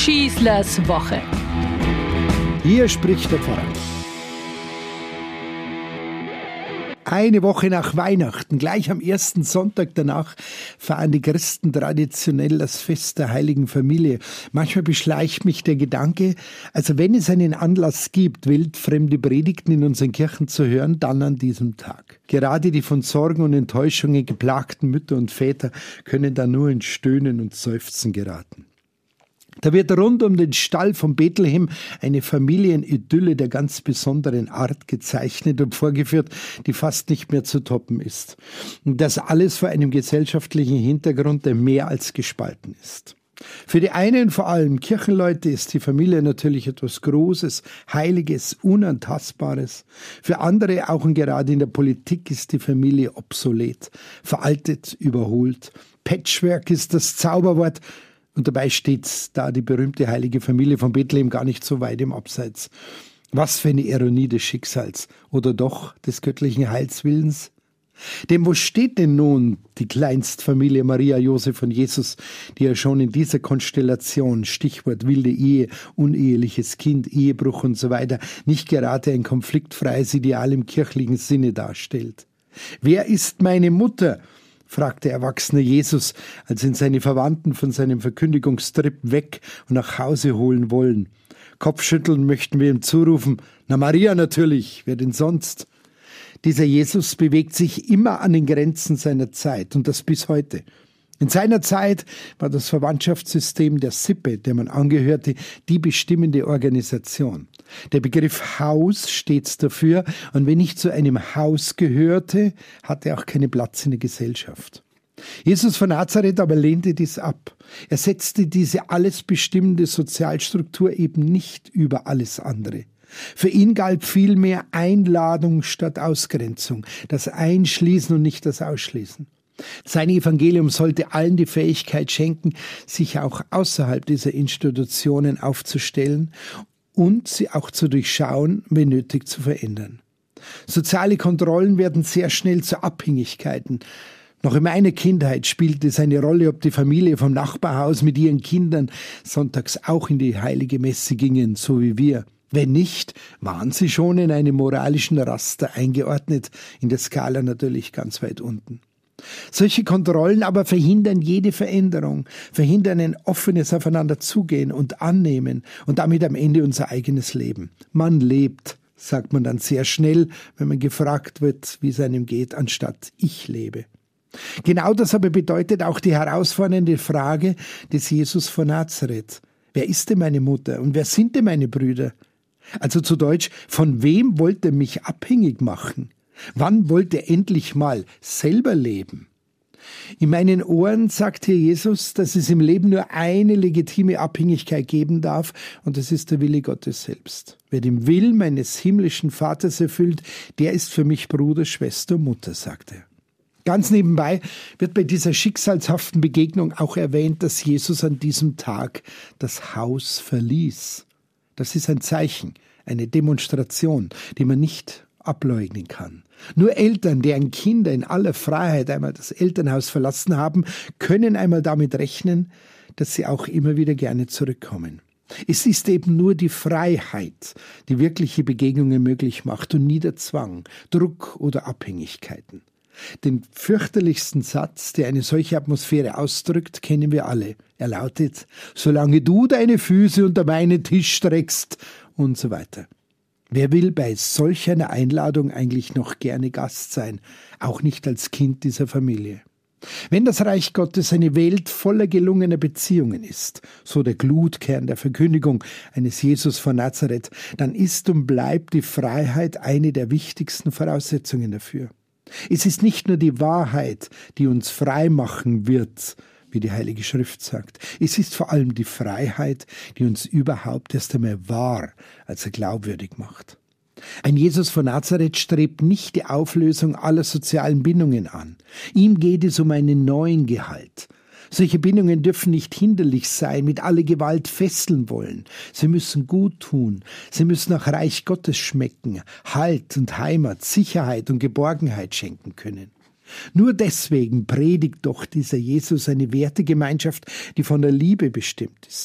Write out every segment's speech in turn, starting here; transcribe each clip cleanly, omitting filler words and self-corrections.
Schießlers Woche. Hier spricht der Pfarrer. Eine Woche nach Weihnachten, gleich am ersten Sonntag danach, feiern die Christen traditionell das Fest der Heiligen Familie. Manchmal beschleicht mich der Gedanke, also wenn es einen Anlass gibt, wildfremde Predigten in unseren Kirchen zu hören, dann an diesem Tag. Gerade die von Sorgen und Enttäuschungen geplagten Mütter und Väter können da nur in Stöhnen und Seufzen geraten. Da wird rund um den Stall von Bethlehem eine Familienidylle der ganz besonderen Art gezeichnet und vorgeführt, die fast nicht mehr zu toppen ist. Und das alles vor einem gesellschaftlichen Hintergrund, der mehr als gespalten ist. Für die einen, vor allem Kirchenleute, ist die Familie natürlich etwas Großes, Heiliges, Unantastbares. Für andere, auch und gerade in der Politik, ist die Familie obsolet, veraltet, überholt. Patchwork ist das Zauberwort. Und dabei steht da die berühmte heilige Familie von Bethlehem gar nicht so weit im Abseits. Was für eine Ironie des Schicksals oder doch des göttlichen Heilswillens? Denn wo steht denn nun die Kleinstfamilie Maria, Josef und Jesus, die ja schon in dieser Konstellation, Stichwort wilde Ehe, uneheliches Kind, Ehebruch und so weiter, nicht gerade ein konfliktfreies Ideal im kirchlichen Sinne darstellt? Wer ist meine Mutter? Fragt der erwachsene Jesus, als ihn seine Verwandten von seinem Verkündigungstrip weg und nach Hause holen wollen. Kopfschütteln möchten wir ihm zurufen, na Maria natürlich, wer denn sonst? Dieser Jesus bewegt sich immer an den Grenzen seiner Zeit und das bis heute. In seiner Zeit war das Verwandtschaftssystem der Sippe, der man angehörte, die bestimmende Organisation. Der Begriff Haus steht dafür, und wenn ich zu einem Haus gehörte, hatte er auch keinen Platz in der Gesellschaft. Jesus von Nazareth aber lehnte dies ab. Er setzte diese alles bestimmende Sozialstruktur eben nicht über alles andere. Für ihn galt vielmehr Einladung statt Ausgrenzung, das Einschließen und nicht das Ausschließen. Sein Evangelium sollte allen die Fähigkeit schenken, sich auch außerhalb dieser Institutionen aufzustellen und sie auch zu durchschauen, wenn nötig zu verändern. Soziale Kontrollen werden sehr schnell zu Abhängigkeiten. Noch in meiner Kindheit spielte es eine Rolle, ob die Familie vom Nachbarhaus mit ihren Kindern sonntags auch in die heilige Messe gingen, so wie wir. Wenn nicht, waren sie schon in einem moralischen Raster eingeordnet, in der Skala natürlich ganz weit unten. Solche Kontrollen aber verhindern jede Veränderung, verhindern ein offenes Aufeinanderzugehen und Annehmen und damit am Ende unser eigenes Leben. Man lebt, sagt man dann sehr schnell, wenn man gefragt wird, wie es einem geht, anstatt ich lebe. Genau das aber bedeutet auch die herausfordernde Frage des Jesus von Nazareth. Wer ist denn meine Mutter und wer sind denn meine Brüder? Also zu Deutsch, von wem wollt ihr mich abhängig machen? Wann wollt ihr endlich mal selber leben? In meinen Ohren sagt hier Jesus, dass es im Leben nur eine legitime Abhängigkeit geben darf, und das ist der Wille Gottes selbst. Wer den Willen meines himmlischen Vaters erfüllt, der ist für mich Bruder, Schwester, Mutter, sagt er. Ganz nebenbei wird bei dieser schicksalshaften Begegnung auch erwähnt, dass Jesus an diesem Tag das Haus verließ. Das ist ein Zeichen, eine Demonstration, die man nicht ableugnen kann. Nur Eltern, deren Kinder in aller Freiheit einmal das Elternhaus verlassen haben, können einmal damit rechnen, dass sie auch immer wieder gerne zurückkommen. Es ist eben nur die Freiheit, die wirkliche Begegnungen möglich macht und nie der Zwang, Druck oder Abhängigkeiten. Den fürchterlichsten Satz, der eine solche Atmosphäre ausdrückt, kennen wir alle. Er lautet, solange du deine Füße unter meinen Tisch streckst und so weiter. Wer will bei solch einer Einladung eigentlich noch gerne Gast sein, auch nicht als Kind dieser Familie? Wenn das Reich Gottes eine Welt voller gelungener Beziehungen ist, so der Glutkern der Verkündigung eines Jesus von Nazareth, dann ist und bleibt die Freiheit eine der wichtigsten Voraussetzungen dafür. Es ist nicht nur die Wahrheit, die uns frei machen wird, wie die Heilige Schrift sagt. Es ist vor allem die Freiheit, die uns überhaupt erst einmal wahr, also glaubwürdig macht. Ein Jesus von Nazareth strebt nicht die Auflösung aller sozialen Bindungen an. Ihm geht es um einen neuen Gehalt. Solche Bindungen dürfen nicht hinderlich sein, mit aller Gewalt fesseln wollen. Sie müssen gut tun. Sie müssen nach Reich Gottes schmecken, Halt und Heimat, Sicherheit und Geborgenheit schenken können. Nur deswegen predigt doch dieser Jesus eine Wertegemeinschaft, die von der Liebe bestimmt ist.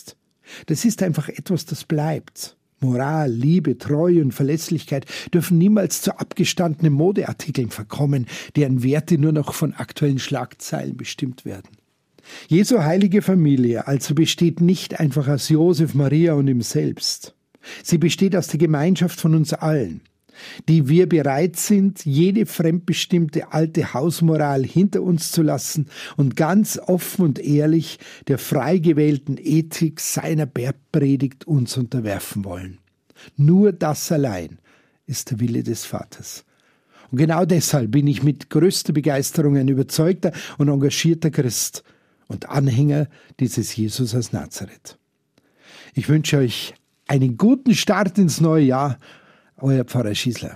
Das ist einfach etwas, das bleibt. Moral, Liebe, Treue und Verlässlichkeit dürfen niemals zu abgestandenen Modeartikeln verkommen, deren Werte nur noch von aktuellen Schlagzeilen bestimmt werden. Jesu heilige Familie also besteht nicht einfach aus Josef, Maria und ihm selbst. Sie besteht aus der Gemeinschaft von uns allen, die wir bereit sind, jede fremdbestimmte alte Hausmoral hinter uns zu lassen und ganz offen und ehrlich der frei gewählten Ethik seiner Bergpredigt uns unterwerfen wollen. Nur das allein ist der Wille des Vaters. Und genau deshalb bin ich mit größter Begeisterung ein überzeugter und engagierter Christ und Anhänger dieses Jesus aus Nazareth. Ich wünsche euch einen guten Start ins neue Jahr. Euer Pfarrer Schießler.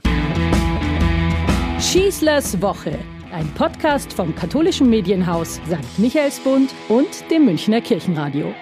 Schießlers Woche, ein Podcast vom katholischen Medienhaus St. Michaelsbund und dem Münchner Kirchenradio.